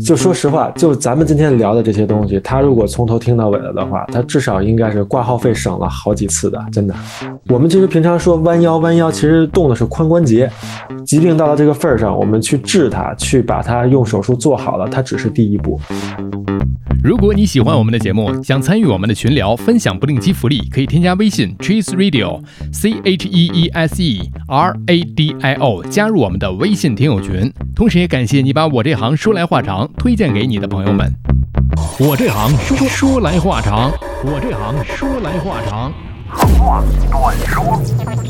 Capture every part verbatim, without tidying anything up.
就说实话，就咱们今天聊的这些东西，他如果从头听到尾了的话，他至少应该是挂号费省了好几次的，真的。我们其实平常说弯腰弯腰，其实动的是髋关节，疾病到了这个份儿上，我们去治它，去把它用手术做好了，它只是第一步。 如果你喜欢我们的节目，想参与我们的群聊，分享不定期福利，可以添加微信 Cheese Radio C H E E S E R A D I O 加入我们的微信听友群。同时也感谢你把我这行说来话长推荐给你的朋友们。我这行说说来话长，我这行说来话长。话短说。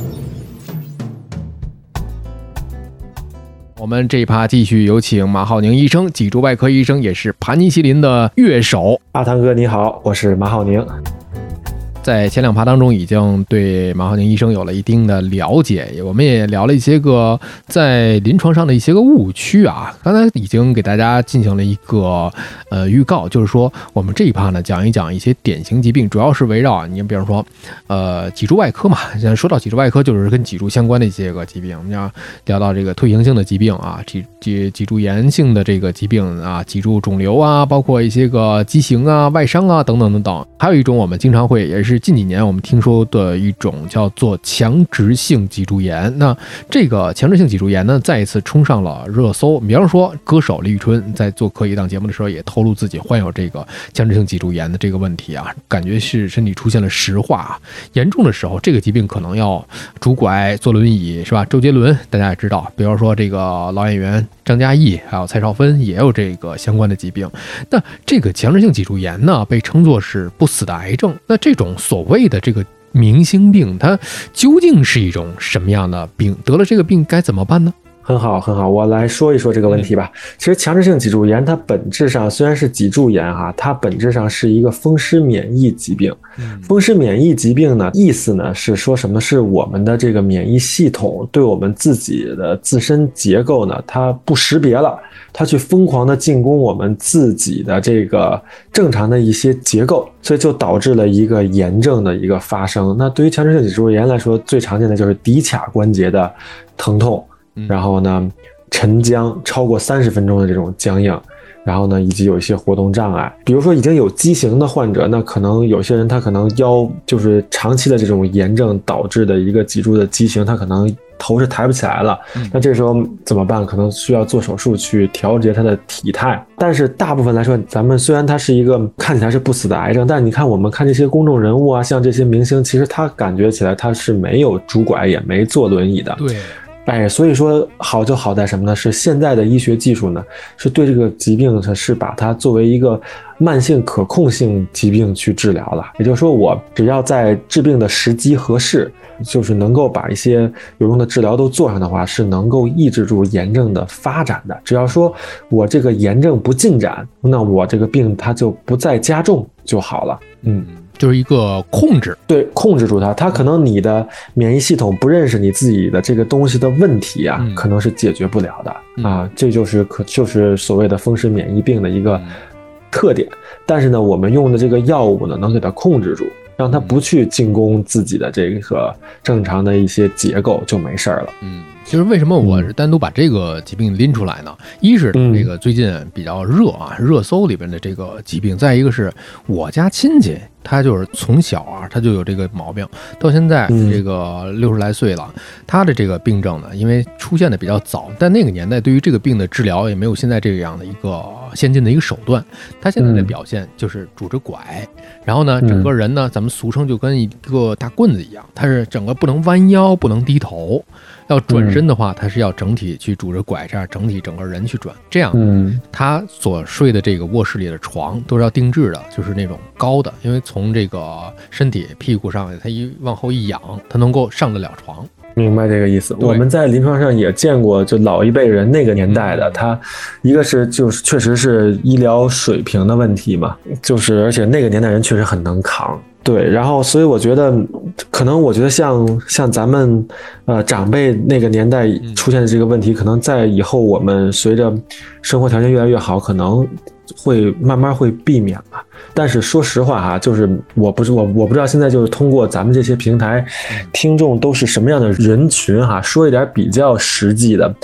我们这一趴继续有请马浩宁医生，脊柱外科医生，也是盘尼西林的乐手。 阿汤哥你好，我是马浩宁。 在前两趴当中已经对马浩宁医生有了一定的了解，我们也聊了一些个在临床上的一些个误区啊。刚才已经给大家进行了一个呃预告，就是说我们这一趴呢讲一讲一些典型疾病，主要是围绕啊，你比方说呃脊柱外科嘛，现在说到脊柱外科就是跟脊柱相关的一些个疾病，我们要聊到这个退行性的疾病啊，脊脊脊柱炎性的这个疾病啊，脊柱肿瘤啊，包括一些个畸形啊、外伤啊等等等等。还有一种我们经常会也是。是近几年我们听说的一种叫做强直性脊柱炎。那这个强直性脊柱炎呢，再一次冲上了热搜。比方说，歌手李宇春在做客一档节目的时候，也透露自己患有这个强直性脊柱炎的这个问题啊，感觉是身体出现了石化，严重的时候，这个疾病可能要拄拐、坐轮椅，是吧？周杰伦大家也知道，比方说这个老演员张嘉译，还有蔡少芬也有这个相关的疾病。那这个强直性脊柱炎呢，被称作是不死的癌症。那这种所谓的这个明星病，它究竟是一种什么样的病？得了这个病该怎么办呢？ 很好，很好，我来说一说这个问题吧。其实强直性脊柱炎它本质上虽然是脊柱炎哈，它本质上是一个风湿免疫疾病。风湿免疫疾病呢，意思呢是说什么？是我们的这个免疫系统对我们自己的自身结构呢，它不识别了，它去疯狂的进攻我们自己的这个正常的一些结构，所以就导致了一个炎症的一个发生。那对于强直性脊柱炎来说，最常见的就是骶髂关节的疼痛。然后呢，沉僵超过三十分钟的这种僵硬，然后呢，以及有一些活动障碍。比如说已经有畸形的患者，那可能有些人他可能腰就是长期的这种炎症导致的一个脊柱的畸形，他可能头是抬不起来了。那这时候怎么办？可能需要做手术去调节他的体态。但是大部分来说，咱们虽然它是一个看起来是不死的癌症，但是你看我们看这些公众人物啊，像这些明星，其实他感觉起来他是没有拄拐也没坐轮椅的。 对。 哎，所以说好就好在什么呢？是现在的医学技术呢，是对这个疾病是把它作为一个慢性可控性疾病去治疗了。也就是说，我只要在治病的时机合适，就是能够把一些有用的治疗都做上的话，是能够抑制住炎症的发展的。只要说我这个炎症不进展，那我这个病它就不再加重就好了。嗯。 就是一个控制， 对，控制住它。它可能你的免疫系统不认识你自己的这个东西的问题啊，嗯、可能是解决不了的、嗯、啊。这就是可就是所谓的风湿免疫病的一个特点。但是呢，我们用的这个药物呢，能给它控制住，让它不去进攻自己的这个正常的一些结构，就没事了。 嗯。其实为什么我是单独把这个疾病拎出来呢？一是这个最近比较热啊，热搜里边的这个疾病；再一个是我家亲戚，他就是从小啊他就有这个毛病，到现在这个六十来岁了，他的这个病症呢，因为出现的比较早，但那个年代对于这个病的治疗也没有现在这样的一个先进的一个手段。他现在的表现就是拄着拐，然后呢，整个人呢，咱们俗称就跟一个大棍子一样，他是整个不能弯腰，不能低头。要转身的话，他是要整体去拄着拐，这样整体整个人去转，这样，嗯，他所睡的这个卧室里的床都是要定制的，就是那种高的，因为从这个身体屁股上，他一往后一仰，他能够上得了床。 明白这个意思。我们在临床上也见过，就老一辈人那个年代的，他一个是就是确实是医疗水平的问题嘛，就是而且那个年代人确实很能扛。对，然后所以我觉得，可能我觉得像像咱们呃长辈那个年代出现的这个问题，可能在以后我们随着生活条件越来越好，可能会慢慢会避免吧。但是说实话哈，就是我不是我我不知道现在就是通过咱们这些平台，听众都是什么样的人群哈，说一点比较实际的。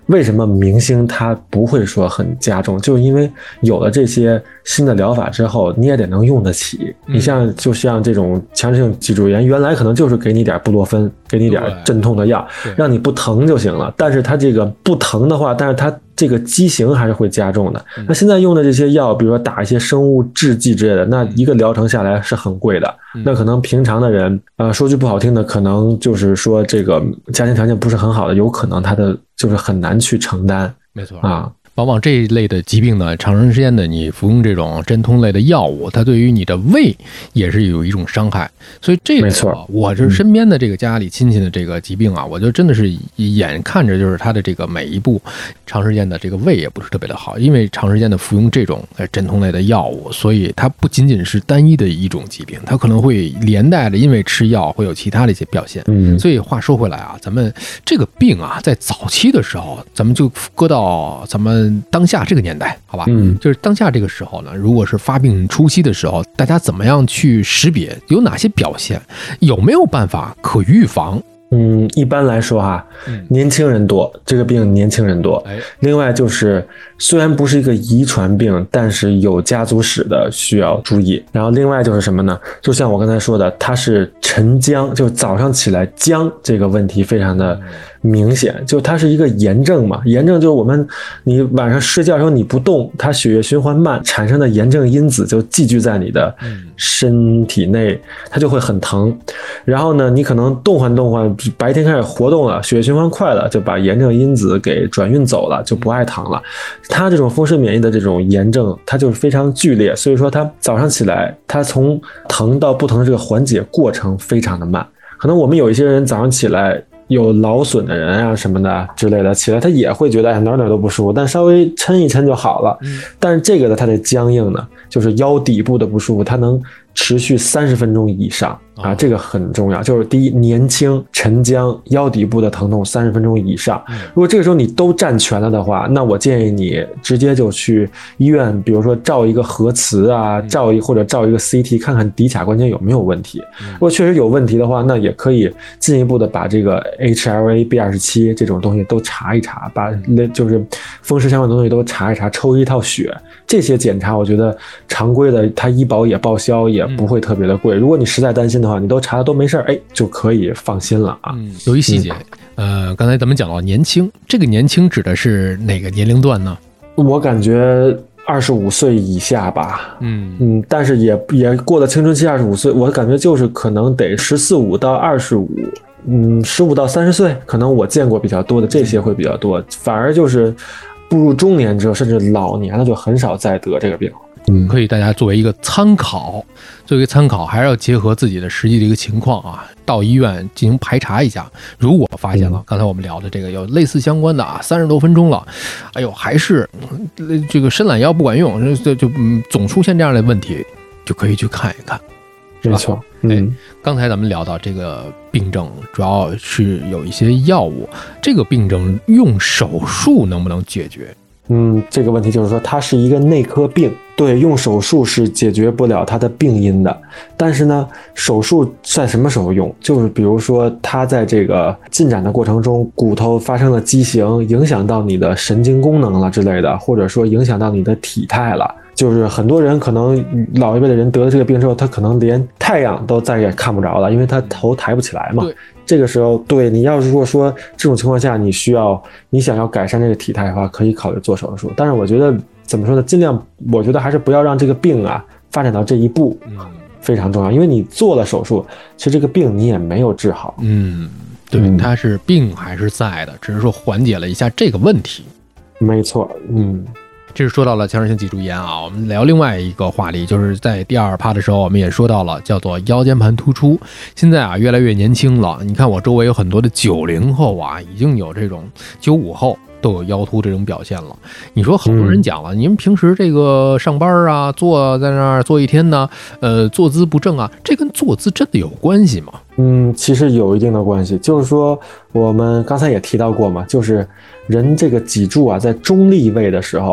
为什么明星他不会说很加重，就是因为有了这些新的疗法之后，你也得能用得起。你像就像这种强直性脊柱炎，原来可能就是给你点布洛芬，给你点镇痛的药，让你不疼就行了。但是它这个不疼的话，但是它这个畸形还是会加重的。那现在用的这些药，比如说打一些生物制剂之类的，那一个疗程下来是很贵的。那可能平常的人，呃，说句不好听的，可能就是说这个家庭条件不是很好的，有可能他的就是很难去承担。 没错啊。 往往这一类的疾病呢，长时间的你服用这种镇痛类的药物，它对于你的胃也是有一种伤害。所以这个， 没错， 我这身边的这个家里亲戚的这个疾病啊，我就真的是眼看着就是他的这个每一步，长时间的这个胃也不是特别的好，因为长时间的服用这种镇痛类的药物，所以它不仅仅是单一的一种疾病，它可能会连带着因为吃药会有其他的一些表现。 嗯， 所以话说回来啊，咱们这个病啊，在早期的时候，咱们就搁到咱们当下这个年代，好吧， 嗯， 就是当下这个时候呢，如果是发病初期的时候，大家怎么样去识别，有哪些表现，有没有办法可预防？ 嗯，一般来说哈，年轻人多，这个病年轻人多。 哎， 另外就是虽然不是一个遗传病，但是有家族史的需要注意。然后另外就是什么呢？就像我刚才说的，它是晨僵，就早上起来僵这个问题非常的明显，就它是一个炎症嘛。炎症就是我们你晚上睡觉的时候你不动，它血液循环慢产生的炎症因子就寄居在你的身体内，它就会很疼。然后呢，你可能动换动换，白天开始活动了，血液循环快了，就把炎症因子给转运走了，就不爱疼了。它这种风湿免疫的这种炎症，它就是非常剧烈，所以说它早上起来，它从疼到不疼的这个缓解过程非常的慢。可能我们有一些人早上起来有劳损的人啊什么的之类的，起来他也会觉得哎哪哪都不舒服，但稍微抻一抻就好了。但是这个的它的僵硬呢，就是腰底部的不舒服，它能持续三十分钟以上啊，这个很重要。就是第一，年轻、晨僵、腰底部的疼痛三十分钟以上。如果这个时候你都占全了的话，那我建议你直接就去医院，比如说照一个核磁啊，照一或者照一个 C T， 看看骶髂关节有没有问题。如果确实有问题的话，那也可以进一步的把这个 H L A B 二十七 这种东西都查一查，把就是风湿相关的东西都查一查，抽一套血。这些检查我觉得常规的它医保也报销，也不会特别的贵。如果你实在担心的话，你都查的都没事，哎，就可以放心了啊。 嗯，有一细节，嗯、呃，刚才咱们讲到年轻，这个年轻指的是哪个年龄段呢？ 我感觉二十五岁以下吧。 嗯嗯，但是也也过了青春期，二十五岁，我感觉就是可能得十四五到二十五。嗯，十五到三十岁，可能我见过比较多的这些会比较多，反而就是步入中年之后，甚至老年了，就很少再得这个病。 嗯，可以大家作为一个参考，作为一个参考，还是要结合自己的实际的一个情况啊，到医院进行排查一下。如果发现了、嗯、刚才我们聊的这个有类似相关的啊，三十多分钟了，哎呦，还是这个伸懒腰不管用，就就嗯总出现这样的问题，就可以去看一看。 没错， 嗯，刚才咱们聊到这个病症，主要是有一些药物，这个病症用手术能不能解决？ 嗯，这个问题就是说，它是一个内科病，对，用手术是解决不了它的病因的。但是呢，手术在什么时候用？就是比如说，它在这个进展的过程中，骨头发生了畸形，影响到你的神经功能了之类的，或者说影响到你的体态了。就是很多人可能老一辈的人得了这个病之后，他可能连太阳都再也看不着了，因为他头抬不起来嘛。 对， 这个时候，对你要如果说这种情况下，你需要你想要改善这个体态的话，可以考虑做手术。但是我觉得怎么说呢，尽量我觉得还是不要让这个病啊发展到这一步，非常重要。因为你做了手术，其实这个病你也没有治好。 嗯，对，嗯、它是病还是在的，只是说缓解了一下这个问题。 没错，嗯。 这是说到了强直性脊柱炎啊，我们聊另外一个话题，就是在第二趴的时候，我们也说到了叫做腰间盘突出。现在啊，越来越年轻了。你看我周围有很多的九零后啊，已经有这种九五后都有腰突这种表现了。你说好多人讲了，嗯、你们平时这个上班啊，坐在那儿坐一天呢，呃，坐姿不正啊，这跟坐姿真的有关系吗？ 嗯，其实有一定的关系。就是说，我们刚才也提到过嘛，就是人这个脊柱啊，在中立位的时候啊。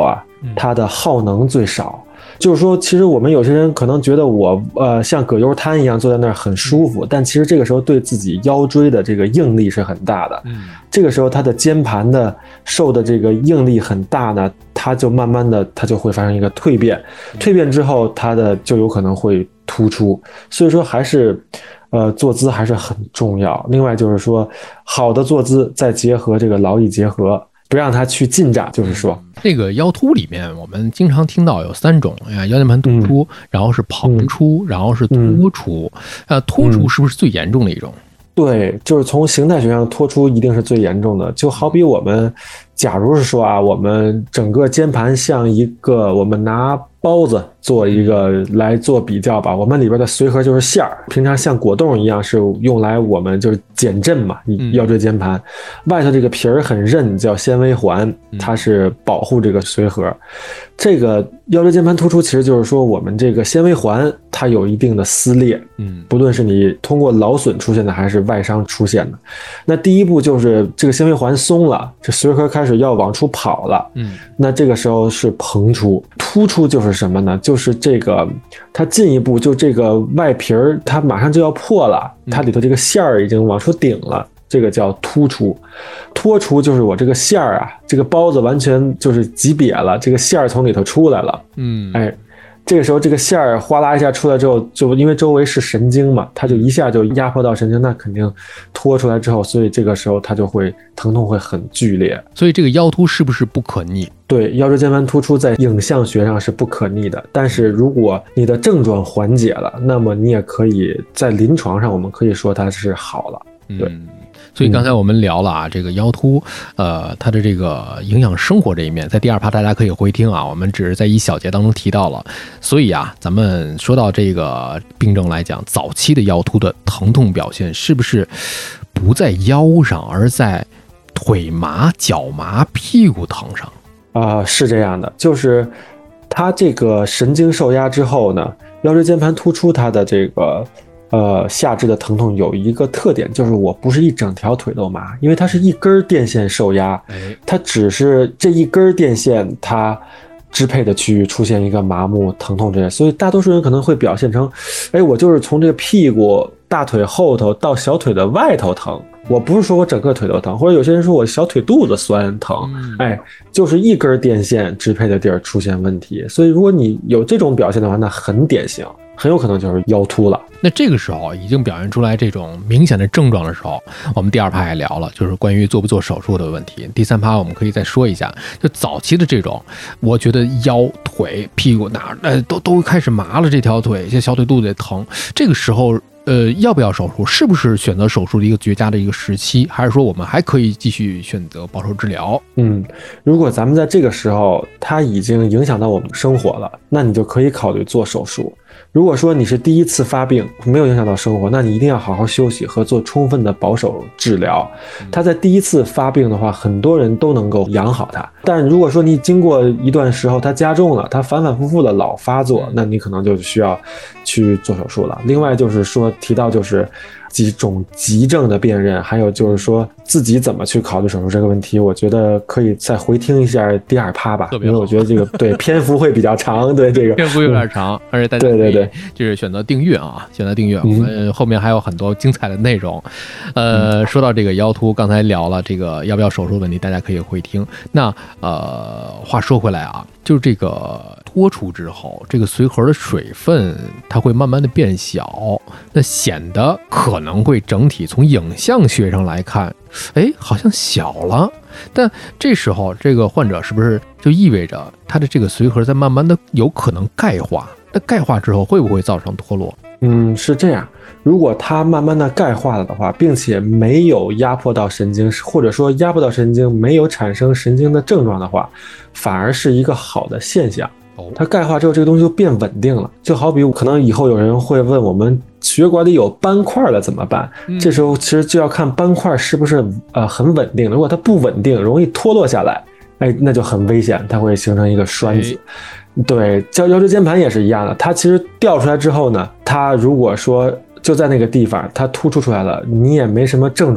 它的耗能最少。就是说，其实我们有些人可能觉得我呃像葛优瘫一样坐在那儿很舒服，但其实这个时候对自己腰椎的这个应力是很大的。嗯，这个时候它的肩盘的受的这个应力很大呢，它就慢慢的它就会发生一个蜕变，蜕变之后它的就有可能会突出。所以说还是呃坐姿还是很重要。另外就是说，好的坐姿再结合这个劳逸结合。不让它去进展，就是说， 这个腰突里面，我们经常听到有三种呀，腰间盘突出，嗯、然后是膨出，嗯、然后是脱出。呃、嗯，脱出是不是最严重的一种？ 对，就是从形态学上脱出一定是最严重的。就好比我们，假如是说啊，我们整个肩盘像一个，我们拿包子做一个来做比较吧，我们里边的髓核就是馅儿，平常像果冻一样是用来我们就是减震嘛，腰椎间盘、嗯、外头这个皮儿很韧，叫纤维环，它是保护这个髓核。这个腰椎间盘突出其实就是说我们这个纤维环它有一定的撕裂，嗯，不论是你通过劳损出现的还是外伤出现的。那第一步就是这个纤维环松了，这髓核开始要往出跑了，嗯，那这个时候是膨出。突出就是什么呢？就是这个它进一步就这个外皮儿它马上就要破了，它里头这个馅儿已经往出顶了，这个叫突出。脱出就是我这个馅儿啊，这个包子完全就是挤瘪了，这个馅儿从里头出来了，嗯，哎，这个时候这个馅儿哗啦一下出来之后，就因为周围是神经嘛，它就一下就压迫到神经，那肯定脱出来之后，所以这个时候它就会疼痛会很剧烈。 所以这个腰突是不是不可逆？ 对，腰椎间盘突出在影像学上是不可逆的，但是如果你的症状缓解了，那么你也可以在临床上我们可以说它是好了。对。嗯， 所以刚才我们聊了啊，这个腰突，呃，它的这个影响生活这一面，在第二趴大家可以回听啊，我们只是在一小节当中提到了。所以啊，咱们说到这个病症来讲，早期的腰突的疼痛表现是不是不在腰上，而在腿麻、脚麻、屁股疼上？ 啊、呃，是这样的，就是它这个神经受压之后呢，腰椎间盘突出它的这个。呃，下肢的疼痛有一个特点，就是我不是一整条腿都麻，因为它是一根电线受压，它只是这一根电线它支配的区域出现一个麻木疼痛这些，所以大多数人可能会表现成，哎，我就是从这个屁股、大腿后头到小腿的外头疼，我不是说我整个腿都疼，或者有些人说我小腿肚子酸疼，哎，就是一根电线支配的地儿出现问题，所以如果你有这种表现的话，那很典型。很有可能就是腰突了。 那这个时候已经表现出来这种明显的症状的时候，我们第二趴也聊了，就是关于做不做手术的问题。第三趴我们可以再说一下，就早期的这种，我觉得腰、腿、屁股哪呃都都开始麻了，这条腿，这小腿肚子也疼，这个时候。呃，要不要手术？是不是选择手术的一个绝佳的一个时期？还是说我们还可以继续选择保守治疗？ 嗯，如果咱们在这个时候它已经影响到我们生活了，那你就可以考虑做手术。如果说你是第一次发病，没有影响到生活，那你一定要好好休息和做充分的保守治疗。它在第一次发病的话，很多人都能够养好它。但如果说你经过一段时候它加重了，它反反复复的老发作，那你可能就需要去做手术了。另外就是说提到就是几种急症的辨认，还有就是说自己怎么去考虑手术这个问题，我觉得可以再回听一下第二趴吧，因为我觉得这个对篇幅会比较长，对这个篇幅有点长，而且大家对对对， 就是选择订阅啊，选择订阅，我们后面还有很多精彩的内容。呃，说到这个腰突，刚才聊了这个要不要手术问题，大家可以回听。那呃，话说回来啊，就是这个脱出之后，这个髓核的水分它会慢慢的变小，那显得可能会整体从影像学上来看，哎，好像小了。但这时候这个患者是不是就意味着他的这个髓核在慢慢的有可能钙化？那钙化之后会不会造成脱落？ 嗯，是这样。如果它慢慢的钙化了的话，并且没有压迫到神经，或者说压迫到神经没有产生神经的症状的话，反而是一个好的现象。它钙化之后，这个东西就变稳定了。就好比可能以后有人会问我们，血管里有斑块了怎么办？嗯、这时候其实就要看斑块是不是呃很稳定。如果它不稳定，容易脱落下来，哎，那就很危险，它会形成一个栓子。哎、对，腰腰椎间盘也是一样的，它其实掉出来之后呢，它如果说就在那个地方它突出出来了，你也没什么症状，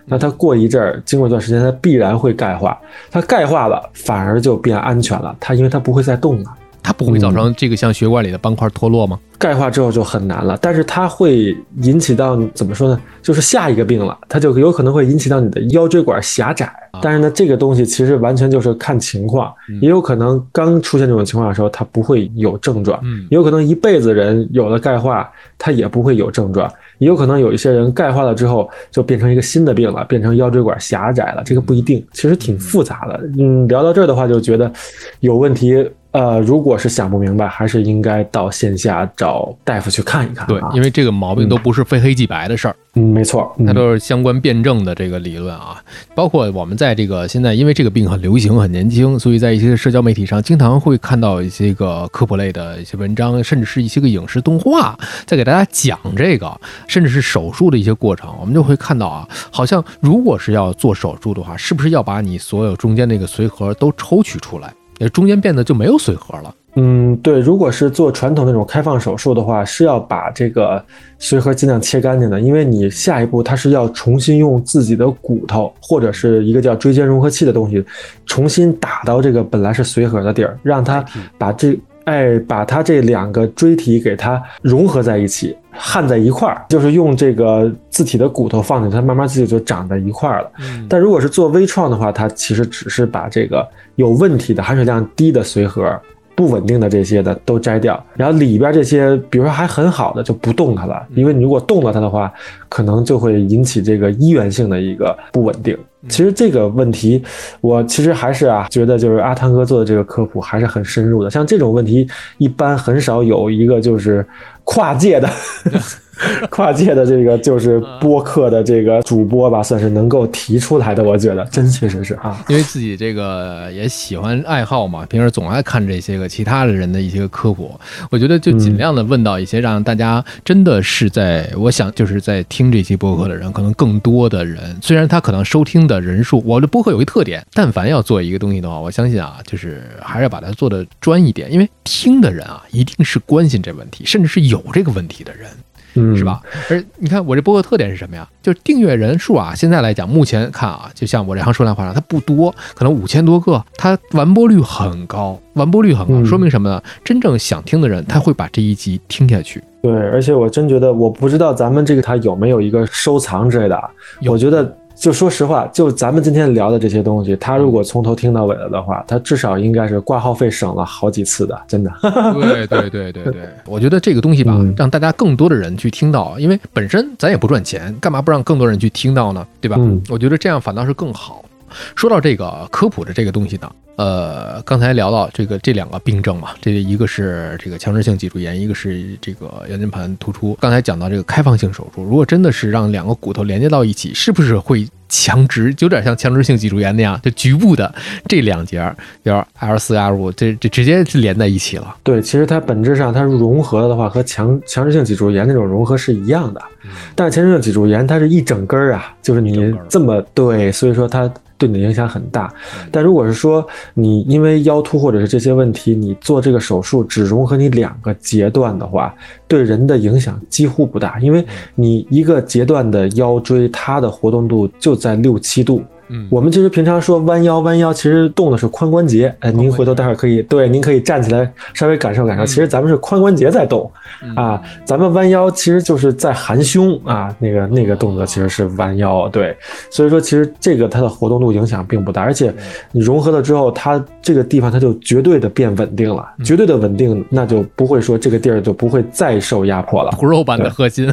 那它过一阵儿，经过一段时间，它必然会钙化。它钙化了，反而就变安全了。它因为它不会再动了， 它不会造成这个像血管里的斑块脱落吗？ 钙化之后就很难了，但是它会引起到怎么说呢？就是下一个病了，它就有可能会引起到你的腰椎管狭窄。但是呢，这个东西其实完全就是看情况，也有可能刚出现这种情况的时候，它不会有症状，也有可能一辈子人有了钙化，它也不会有症状，也有可能有一些人钙化了之后就变成一个新的病了，变成腰椎管狭窄了，这个不一定，其实挺复杂的。嗯，聊到这儿的话，就觉得有问题。呃，如果是想不明白，还是应该到线下找大夫去看一看、啊。 对，因为这个毛病都不是非黑即白的事儿。 嗯，没错，嗯、 它都是相关辩证的这个理论啊。包括我们在这个现在，因为这个病很流行、很年轻，所以在一些社交媒体上经常会看到一些个科普类的一些文章，甚至是一些个影视动画，在给大家讲这个，甚至是手术的一些过程。我们就会看到啊，好像如果是要做手术的话，是不是要把你所有中间那个髓核都抽取出来？中间变得就没有髓核了。 嗯，对，如果是做传统那种开放手术的话，是要把这个髓核尽量切干净的，因为你下一步它是要重新用自己的骨头或者是一个叫椎间融合器的东西，重新打到这个本来是髓核的地儿，让它把这哎把它这两个椎体给它融合在一起，焊在一块儿，就是用这个自体的骨头放进去，它慢慢自己就长在一块儿了。嗯、但如果是做微创的话，它其实只是把这个有问题的含水量低的髓核、不稳定的这些的都摘掉，然后里边这些比如说还很好的就不动它了，因为你如果动了它的话，可能就会引起这个医源性的一个不稳定。其实这个问题，我其实还是啊，觉得就是阿汤哥做的这个科普还是很深入的。像这种问题，一般很少有一个就是跨界的。跨界的这个就是播客的这个主播吧，算是能够提出来的，我觉得真确实是啊， 因为自己这个也喜欢爱好嘛，平时总爱看这些个其他的人的一些个科普，我觉得就尽量的问到一些让大家真的是在，我想就是在听这期播客的人，可能更多的人，虽然他可能收听的人数，我的播客有一特点，但凡要做一个东西的话，我相信啊，就是还是要把它做的专一点，因为听的人啊，一定是关心这问题，甚至是有这个问题的人。 嗯， 是吧？而你看我这播客特点是什么呀？就是订阅人数啊，现在来讲，目前看啊，就像我这行说来话长，它不多，可能五千多个，它完播率很高，完播率很高，说明什么呢？真正想听的人，他会把这一集听下去。 对，而且我真觉得，我不知道咱们这个台有没有一个收藏之类的，我觉得。就说实话，就咱们今天聊的这些东西，他如果从头听到尾了的话，他至少应该是挂号费省了好几次的，真的。 对对对对对，我觉得这个东西吧，嗯、让大家更多的人去听到，因为本身咱也不赚钱，干嘛不让更多人去听到呢？对吧？嗯、我觉得这样反倒是更好。说到这个科普的这个东西呢，呃，刚才聊到这个这两个病症嘛，这一个是这个强直性脊柱炎，一个是这个腰间盘突出。刚才讲到这个开放性手术，如果真的是让两个骨头连接到一起，是不是会强直，有点像强直性脊柱炎那样，就局部的这两节，比如 L 四 L 五，这这直接是连在一起了。 对，其实它本质上它融合的话，和强强直性脊柱炎那种融合是一样的，嗯、但是强直性脊柱炎它是一整根儿啊，就是你这么对，所以说它。对你的影响很大，但如果是说你因为腰突或者是这些问题，你做这个手术只融合你两个节段的话，对人的影响几乎不大，因为你一个节段的腰椎，它的活动度就在六七度。嗯，我们其实平常说弯腰弯腰，其实动的是髋关节。哎，您回头待会儿可以，对，您可以站起来稍微感受感受。其实咱们是髋关节在动，嗯、啊，咱们弯腰其实就是在含胸啊，那个那个动作其实是弯腰。对，所以说其实这个它的活动度影响并不大，而且你融合了之后，它这个地方它就绝对的变稳定了，绝对的稳定，那就不会说这个地儿就不会再受压迫了。 骨肉般的核心。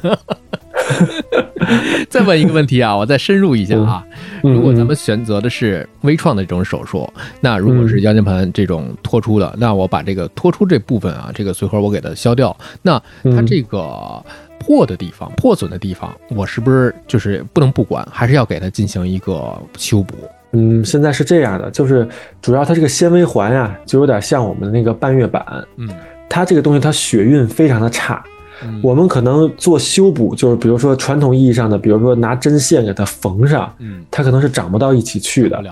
再问一个问题啊，我再深入一下啊。如果咱们选择的是微创的这种手术，那如果是腰间盘这种脱出的，那我把这个脱出这部分啊，这个髓核我给它消掉，那它这个破的地方、破损的地方，我是不是就是不能不管，还是要给它进行一个修补？ 嗯，现在是这样的，就是主要它这个纤维环啊，就有点像我们的那个半月板，嗯，它这个东西它血运非常的差。我们可能做修补，就是比如说传统意义上的，比如说拿针线给它缝上，它可能是长不到一起去的。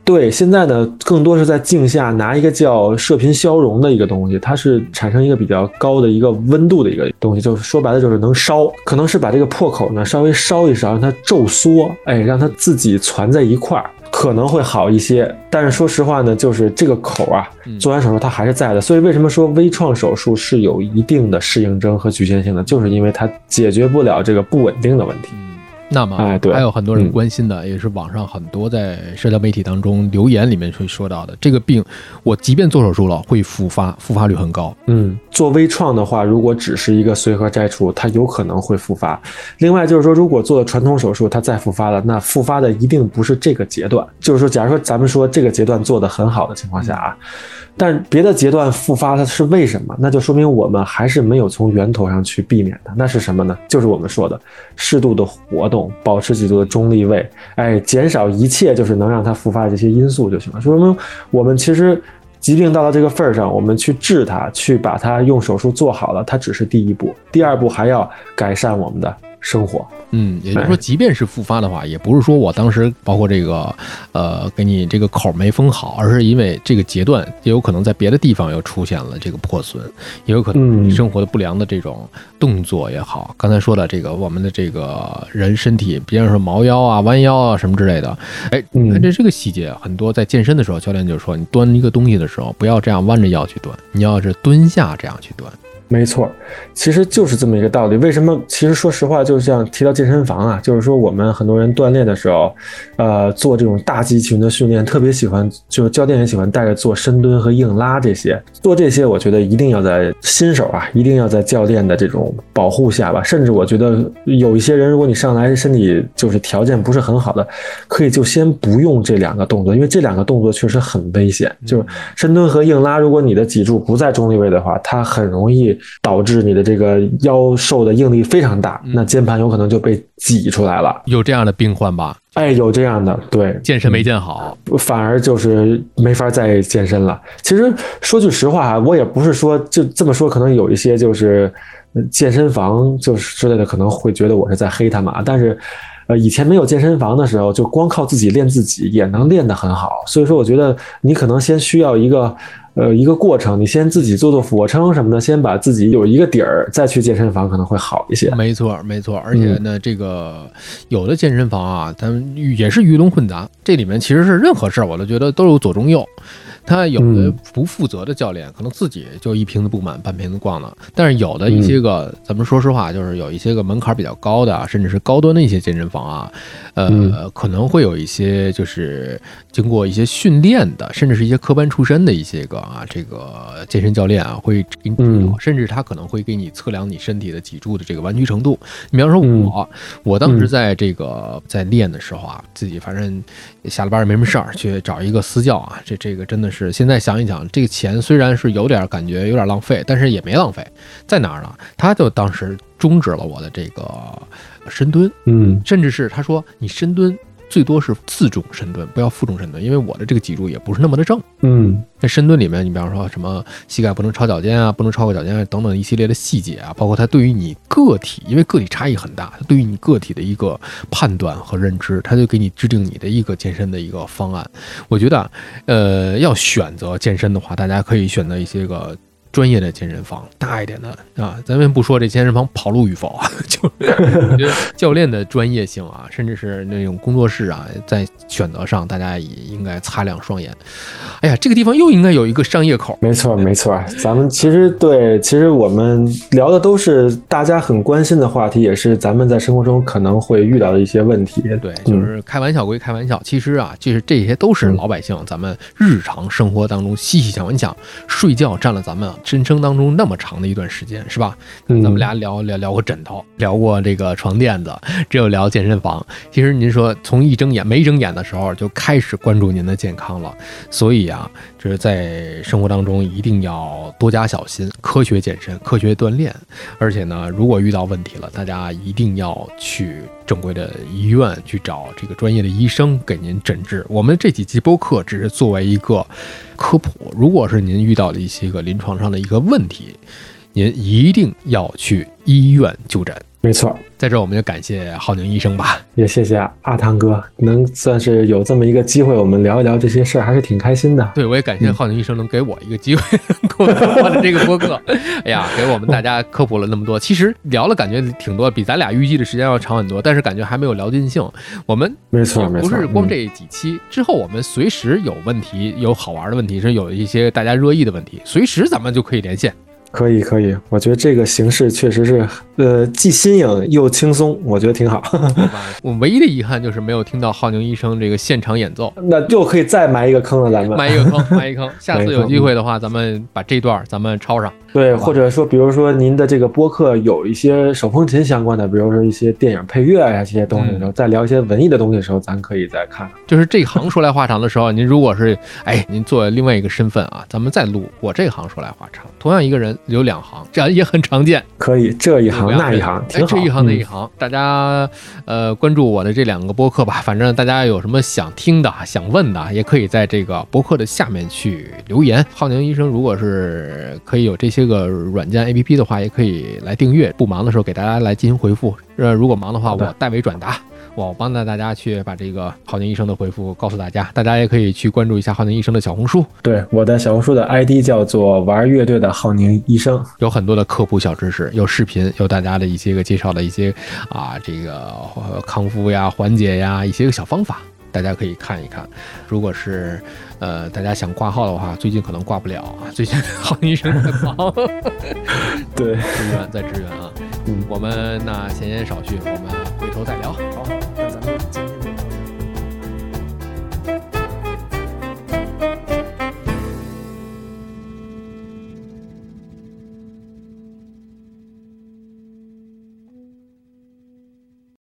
对，现在呢更多是在镜下拿一个叫射频消融的一个东西，它是产生一个比较高的一个温度的一个东西，就是说白了就是能烧，可能是把这个破口呢稍微烧一烧，让它皱缩，哎，让它自己攒在一块儿。可能会好一些，但是说实话呢，就是这个口啊，做完手术它还是在的。所以为什么说微创手术是有一定的适应症和局限性的，就是因为它解决不了这个不稳定的问题。 那么还有很多人关心的，也是网上很多在社交媒体当中留言里面会说到的，这个病我即便做手术了会复发，复发率很高。 嗯，做微创的话，如果只是一个髓核摘除，它有可能会复发。另外就是说，如果做了传统手术，它再复发了，那复发的一定不是这个阶段。就是说，假如说咱们说这个阶段做得很好的情况下啊，但别的阶段复发它是为什么？那就说明我们还是没有从源头上去避免的。那是什么呢？就是我们说的适度的活动。保持脊柱的中立位，哎，减少一切就是能让它复发的这些因素就行了。说明我们其实疾病到了这个份儿上，我们去治它，去把它用手术做好了，它只是第一步，第二步还要改善我们的生活。 嗯，也就是说，即便是复发的话，也不是说我当时包括这个呃给你这个口没封好，而是因为这个阶段也有可能在别的地方又出现了这个破损，也有可能你生活的不良的这种动作也好。嗯、刚才说的这个我们的这个人身体，比方说猫腰啊、弯腰啊什么之类的，哎，你看这这个细节，很多在健身的时候，教练就说，你端一个东西的时候，不要这样弯着腰去端，你要是蹲下这样去端。 没错，其实就是这么一个道理。为什么？其实说实话，就像提到健身房啊，就是说我们很多人锻炼的时候，呃，做这种大肌群的训练，特别喜欢，就是教练也喜欢带着做深蹲和硬拉这些。做这些，我觉得一定要在新手啊，一定要在教练的这种保护下吧。甚至我觉得有一些人，如果你上来身体就是条件不是很好的，可以就先不用这两个动作，因为这两个动作确实很危险。就是深蹲和硬拉，如果你的脊柱不在中立位的话，它很容易导致你的这个腰受的应力非常大，那肩盘有可能就被挤出来了。 有这样的病患吧？ 哎，有这样的，对， 健身没健好， 反而就是没法再健身了。其实说句实话，我也不是说就这么说，可能有一些就是健身房就是之类的可能会觉得我是在黑他们啊，但是呃，以前没有健身房的时候，就光靠自己练自己也能练得很好。所以说，我觉得你可能先需要一个。呃，一个过程，你先自己做做俯卧撑什么的，先把自己有一个底儿，再去健身房可能会好一些。 没错，没错。而且呢，嗯、这个有的健身房啊，他们也是鱼龙混杂，这里面其实是任何事儿，我都觉得都有左中右。他有的不负责的教练，可能自己就一瓶子不满半瓶子逛了，但是有的一些个，咱们说实话，就是有一些个门槛比较高的，甚至是高端的一些健身房啊，呃，可能会有一些就是经过一些训练的，甚至是一些科班出身的一些个啊，这个健身教练啊，会给你指导，甚至他可能会给你测量你身体的脊柱的这个弯曲程度。你比方说我，我当时在这个在练的时候啊，自己反正下了班也没什么事儿，去找一个私教啊，这这个真的是。是现在想一想，这个钱虽然是有点感觉有点浪费，但是也没浪费，在哪儿呢？他就当时终止了我的这个深蹲，嗯，甚至是他说你深蹲最多是自重深蹲，不要负重深蹲，因为我的这个脊柱也不是那么的正，嗯，在深蹲里面，你比方说什么膝盖不能超脚尖啊，不能超过脚尖等等一系列的细节啊，包括它对于你个体，因为个体差异很大，它对于你个体的一个判断和认知，它就给你制定你的一个健身的一个方案。我觉得，呃，要选择健身的话，大家可以选择一些个专业的健身房，大一点的啊，咱们不说这健身房跑路与否啊，就我觉得教练的专业性啊，甚至是那种工作室啊，在选择上大家也应该擦亮双眼。哎呀，这个地方又应该有一个商业口。 没错没错，咱们其实对，其实我们聊的都是大家很关心的话题，也是咱们在生活中可能会遇到的一些问题。 对，就是开玩笑归开玩笑，其实啊，就是这些都是老百姓咱们日常生活当中息息相关。你想，睡觉占了咱们人生当中那么长的一段时间，是吧？咱们俩聊聊聊过枕头，聊过这个床垫子，只有聊健身房。其实您说从一睁眼没睁眼的时候就开始关注您的健康了，所以啊，这是在生活当中一定要多加小心，科学健身，科学锻炼。而且呢，如果遇到问题了，大家一定要去正规的医院去找这个专业的医生给您诊治。我们这几期播客只是作为一个科普，如果是您遇到了一些个临床上的一个问题，您一定要去医院就诊。 没错。 在这我们就感谢浩宁医生吧， 也谢谢阿汤哥，能算是有这么一个机会，我们聊一聊这些事儿，还是挺开心的。 对，我也感谢浩宁医生能给我一个机会，给我的这个播客，哎呀，给我们大家科普了那么多。其实聊了感觉挺多，比咱俩预计的时间要长很多，但是感觉还没有聊尽兴。我们没错没错， 不是光这几期、嗯、之后，我们随时有问题，有好玩的问题，是有一些大家热议的问题，随时咱们就可以连线。 可以可以，我觉得这个形式确实是，呃，既新颖又轻松，我觉得挺好。 我唯一的遗憾就是没有听到浩宁医生这个现场演奏， 那就可以再埋一个坑了，咱们埋一个坑，埋一个坑。下次有机会的话，咱们把这段咱们抄上。 对，或者说，比如说您的这个播客有一些手风琴相关的，比如说一些电影配乐呀、啊、这些东西的时候，嗯、再聊一些文艺的东西的时候，咱可以再看。 就是这行说来话长的时候，您如果是哎，您做另外一个身份啊，咱们再录我这行说来话长。同样一个人有两行，这样也很常见。 可以，这一行那一行，挺好。 这一行那一行，嗯、大家呃关注我的这两个播客吧。反正大家有什么想听的、想问的，也可以在这个播客的下面去留言。浩宁医生如果是可以有这些个软件 A P P 的话，也可以来订阅。不忙的时候给大家来进行回复。呃，如果忙的话，我代为转达。我帮着大家去把这个浩宁医生的回复告诉大家，大家也可以去关注一下浩宁医生的小红书。 对，我的小红书的 I D 叫做玩乐队的浩宁医生， 有很多的科普小知识，有视频，有大家的一些个介绍的一些啊这个康复呀、缓解呀一些个小方法，大家可以看一看。如果是呃大家想挂号的话，最近可能挂不了啊，最近浩宁医生在忙， 对， 支援在支援啊。嗯，我们那闲言少叙，我们回头再聊。好。